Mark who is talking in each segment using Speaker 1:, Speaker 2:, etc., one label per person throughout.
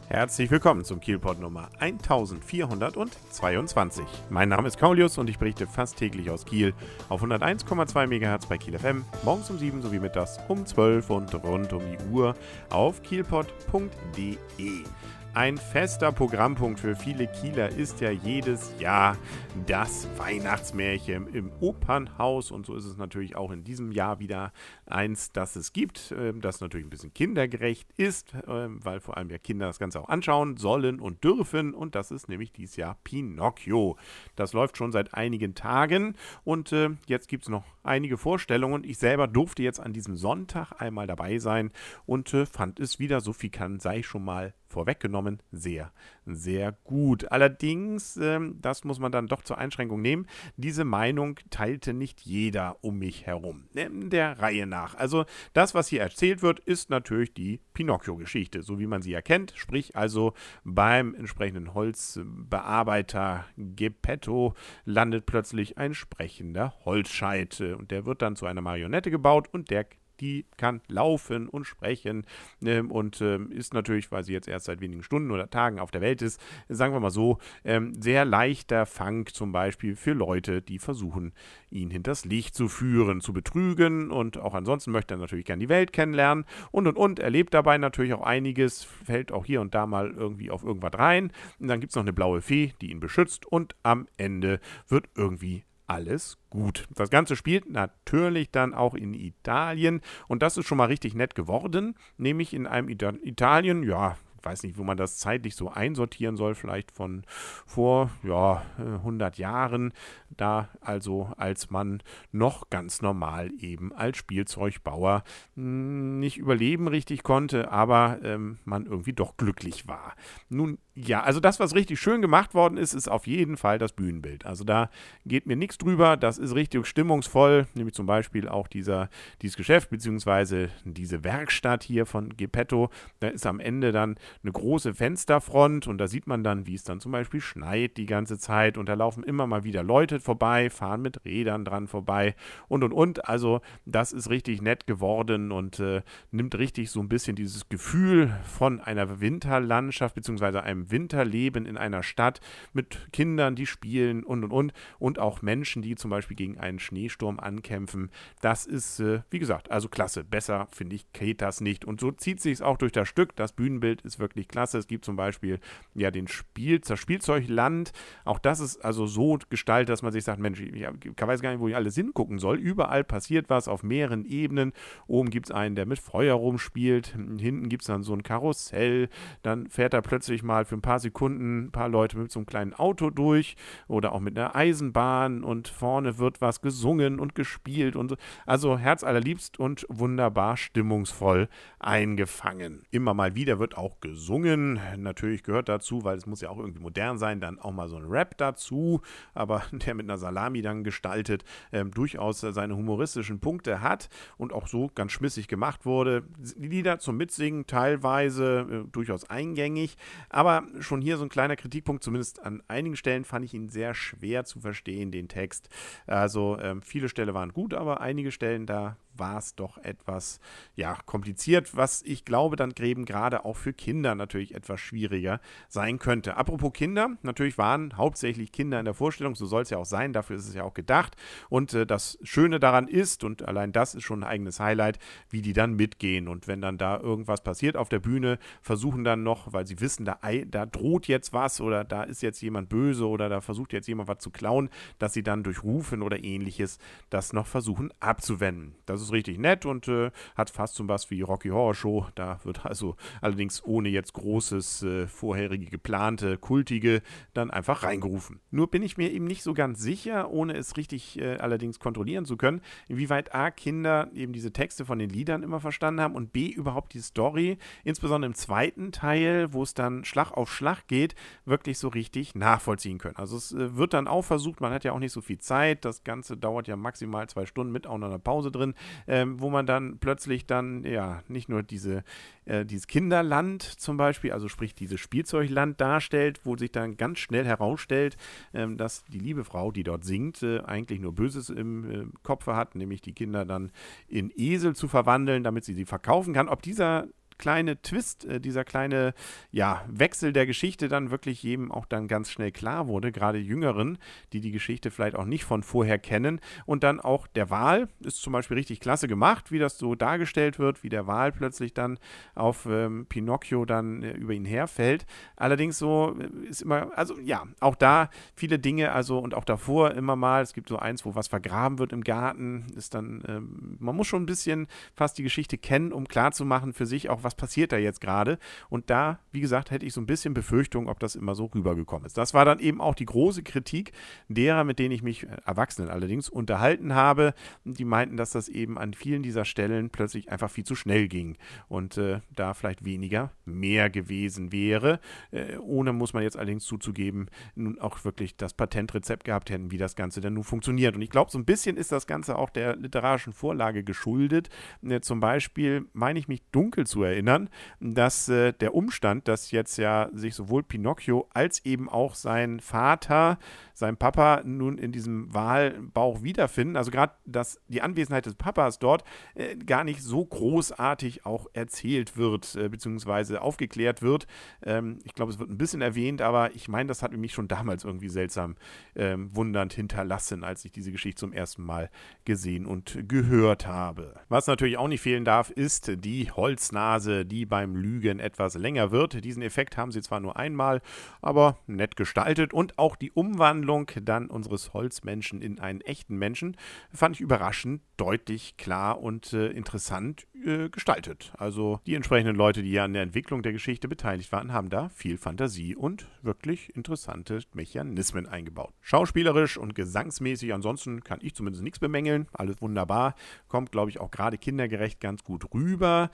Speaker 1: Herzlich willkommen zum Kielpot Nummer 1422. Mein Name ist Kaulius und ich berichte fast täglich aus Kiel auf 101,2 MHz bei Kiel FM, morgens um 7 sowie mittags um 12 und rund um die Uhr auf kielpot.de. Ein fester Programmpunkt für viele Kieler ist ja jedes Jahr das Weihnachtsmärchen im Opernhaus. Und so ist es natürlich auch in diesem Jahr wieder eins, das es gibt, das natürlich ein bisschen kindergerecht ist, weil vor allem ja Kinder das Ganze auch anschauen sollen und dürfen. Und das ist nämlich dieses Jahr Pinocchio. Das läuft schon seit einigen Tagen und jetzt gibt es noch einige Vorstellungen. Ich selber durfte jetzt an diesem Sonntag einmal dabei sein und fand es wieder, so viel sei schon mal vorweggenommen, sehr, sehr gut. Allerdings, das muss man dann doch zur Einschränkung nehmen, diese Meinung teilte nicht jeder um mich herum. Der Reihe nach. Also das, was hier erzählt wird, ist natürlich die Pinocchio-Geschichte, so wie man sie erkennt. Sprich also beim entsprechenden Holzbearbeiter Geppetto landet plötzlich ein sprechender Holzscheit. Und der wird dann zu einer Marionette gebaut und die kann laufen und sprechen und ist natürlich, weil sie jetzt erst seit wenigen Stunden oder Tagen auf der Welt ist, sagen wir mal so, sehr leichter Fang zum Beispiel für Leute, die versuchen, ihn hinters Licht zu führen, zu betrügen und auch ansonsten möchte er natürlich gerne die Welt kennenlernen und, erlebt dabei natürlich auch einiges, fällt auch hier und da mal irgendwie auf irgendwas rein. Und dann gibt es noch eine blaue Fee, die ihn beschützt und am Ende wird irgendwie alles gut. Das Ganze spielt natürlich dann auch in Italien und das ist schon mal richtig nett geworden, nämlich in einem Italien, ja, ich weiß nicht, wo man das zeitlich so einsortieren soll, vielleicht von vor 100 Jahren, da also als man noch ganz normal eben als Spielzeugbauer nicht überleben richtig konnte, aber man irgendwie doch glücklich war. Nun, ja, also das, was richtig schön gemacht worden ist, ist auf jeden Fall das Bühnenbild. Also da geht mir nichts drüber, das ist richtig stimmungsvoll, nämlich zum Beispiel auch dieses Geschäft, beziehungsweise diese Werkstatt hier von Geppetto, da ist am Ende dann eine große Fensterfront und da sieht man dann, wie es dann zum Beispiel schneit die ganze Zeit und da laufen immer mal wieder Leute vorbei, fahren mit Rädern dran vorbei und. Also das ist richtig nett geworden und nimmt richtig so ein bisschen dieses Gefühl von einer Winterlandschaft beziehungsweise einem Winterleben in einer Stadt mit Kindern, die spielen und auch Menschen, die zum Beispiel gegen einen Schneesturm ankämpfen. Das ist, wie gesagt, also klasse. Besser, finde ich, geht das nicht. Und so zieht sich es auch durch das Stück. Das Bühnenbild ist wirklich klasse. Es gibt zum Beispiel ja das Spielzeugland. Auch das ist also so gestaltet, dass man sich sagt, Mensch, ich weiß gar nicht, wo ich alles hingucken soll. Überall passiert was auf mehreren Ebenen. Oben gibt es einen, der mit Feuer rumspielt. Hinten gibt es dann so ein Karussell. Dann fährt da plötzlich mal für ein paar Sekunden ein paar Leute mit so einem kleinen Auto durch oder auch mit einer Eisenbahn und vorne wird was gesungen und gespielt und so. Also herzallerliebst und wunderbar stimmungsvoll eingefangen. Immer mal wieder wird auch gesungen. Natürlich gehört dazu, weil es muss ja auch irgendwie modern sein, dann auch mal so ein Rap dazu, aber der mit einer Salami dann gestaltet, durchaus seine humoristischen Punkte hat und auch so ganz schmissig gemacht wurde. Die Lieder zum Mitsingen teilweise durchaus eingängig, aber schon hier so ein kleiner Kritikpunkt, zumindest an einigen Stellen fand ich ihn sehr schwer zu verstehen, den Text. Also viele Stellen waren gut, aber einige Stellen, da war es doch etwas kompliziert, was ich glaube dann eben gerade auch für Kinder natürlich etwas schwieriger sein könnte. Apropos Kinder, natürlich waren hauptsächlich Kinder in der Vorstellung, so soll es ja auch sein, dafür ist es ja auch gedacht und das Schöne daran ist, und allein das ist schon ein eigenes Highlight, wie die dann mitgehen und wenn dann da irgendwas passiert auf der Bühne, versuchen dann noch, weil sie wissen, da droht jetzt was oder da ist jetzt jemand böse oder da versucht jetzt jemand was zu klauen, dass sie dann durch Rufen oder ähnliches das noch versuchen abzuwenden. Das ist richtig nett und hat fast so was wie Rocky Horror Show. Da wird also allerdings ohne jetzt großes vorherige geplante, kultige dann einfach reingerufen. Nur bin ich mir eben nicht so ganz sicher, ohne es richtig allerdings kontrollieren zu können, inwieweit A, Kinder eben diese Texte von den Liedern immer verstanden haben und B, überhaupt die Story, insbesondere im zweiten Teil, wo es dann Schlag auf Schlag geht, wirklich so richtig nachvollziehen können. Also es wird dann auch versucht, man hat ja auch nicht so viel Zeit, das Ganze dauert ja maximal 2 Stunden mit auch noch einer Pause drin, wo man dann plötzlich dann, ja, nicht nur dieses Kinderland zum Beispiel, also sprich dieses Spielzeugland darstellt, wo sich dann ganz schnell herausstellt, dass die liebe Frau, die dort singt, eigentlich nur Böses im Kopf hat, nämlich die Kinder dann in Esel zu verwandeln, damit sie verkaufen kann. Ob dieser kleine Twist, dieser kleine Wechsel der Geschichte dann wirklich jedem auch dann ganz schnell klar wurde, gerade Jüngeren, die die Geschichte vielleicht auch nicht von vorher kennen. Und dann auch der Wal ist zum Beispiel richtig klasse gemacht, wie das so dargestellt wird, wie der Wal plötzlich dann auf Pinocchio dann über ihn herfällt. Allerdings so ist immer, also ja, auch da viele Dinge, also und auch davor immer mal, es gibt so eins, wo was vergraben wird im Garten, ist dann, man muss schon ein bisschen fast die Geschichte kennen, um klarzumachen für sich auch, was passiert da jetzt gerade. Und da, wie gesagt, hätte ich so ein bisschen Befürchtung, ob das immer so rübergekommen ist. Das war dann eben auch die große Kritik derer, mit denen ich mich, Erwachsenen allerdings, unterhalten habe. Die meinten, dass das eben an vielen dieser Stellen plötzlich einfach viel zu schnell ging und da vielleicht weniger mehr gewesen wäre. Ohne, muss man jetzt allerdings zuzugeben, nun auch wirklich das Patentrezept gehabt hätten, wie das Ganze denn nun funktioniert. Und ich glaube, so ein bisschen ist das Ganze auch der literarischen Vorlage geschuldet. Zum Beispiel meine ich mich dunkel zu erinnern, dass der Umstand, dass jetzt ja sich sowohl Pinocchio als eben auch sein Vater, sein Papa nun in diesem Walbauch wiederfinden, also gerade die Anwesenheit des Papas dort gar nicht so großartig auch erzählt wird, beziehungsweise aufgeklärt wird. Ich glaube, es wird ein bisschen erwähnt, aber ich meine, das hat mich schon damals irgendwie seltsam wundernd hinterlassen, als ich diese Geschichte zum ersten Mal gesehen und gehört habe. Was natürlich auch nicht fehlen darf, ist die Holznase, die beim Lügen etwas länger wird. Diesen Effekt haben sie zwar nur einmal, aber nett gestaltet, und auch die Umwandlung dann unseres Holzmenschen in einen echten Menschen fand ich überraschend deutlich, klar und interessant gestaltet. Also die entsprechenden Leute, die ja an der Entwicklung der Geschichte beteiligt waren, haben da viel Fantasie und wirklich interessante Mechanismen eingebaut. Schauspielerisch und gesangsmäßig ansonsten kann ich zumindest nichts bemängeln. Alles wunderbar. Kommt, glaube ich, auch gerade kindergerecht ganz gut rüber.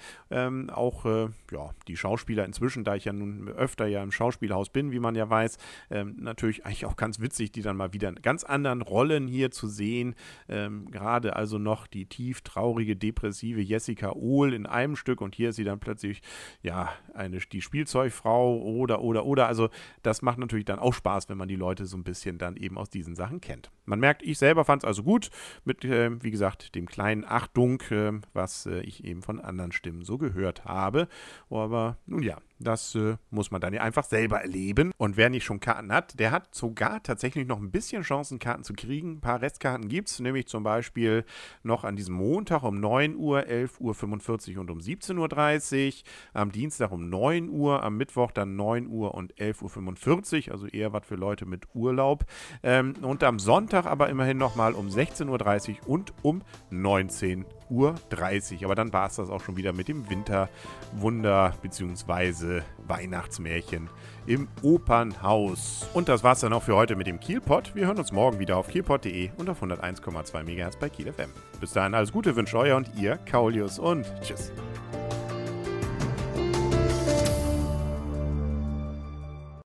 Speaker 1: Die Schauspieler inzwischen, da ich ja nun öfter im Schauspielhaus bin, wie man ja weiß, natürlich eigentlich auch ganz witzig, die dann mal wieder in ganz anderen Rollen hier zu sehen. Gerade also noch die tief traurige, depressive Jessica Ohl in einem Stück, und hier ist sie dann plötzlich die Spielzeugfrau oder. Also das macht natürlich dann auch Spaß, wenn man die Leute so ein bisschen dann eben aus diesen Sachen kennt. Man merkt, ich selber fand es also gut, mit, wie gesagt, dem kleinen Achtung, was ich eben von anderen Stimmen so gehört habe. Aber nun ja, das muss man dann ja einfach selber erleben. Und wer nicht schon Karten hat, der hat sogar tatsächlich noch ein bisschen Chancen, Karten zu kriegen. Ein paar Restkarten gibt es, nämlich zum Beispiel noch an diesem Montag um 9 Uhr, 11:45 Uhr und um 17:30 Uhr, am Dienstag um 9 Uhr, am Mittwoch dann 9 Uhr und 11:45 Uhr, also eher was für Leute mit Urlaub. Und am Sonntag aber immerhin nochmal um 16:30 Uhr und um 19:30 Uhr. Aber dann war es das auch schon wieder mit dem Winterwunder bzw. Weihnachtsmärchen im Opernhaus. Und das war's dann auch für heute mit dem Kielpot. Wir hören uns morgen wieder auf kielpot.de und auf 101,2 MHz bei Kiel FM. Bis dahin alles Gute wünscht euer und ihr, Kaulius, und tschüss.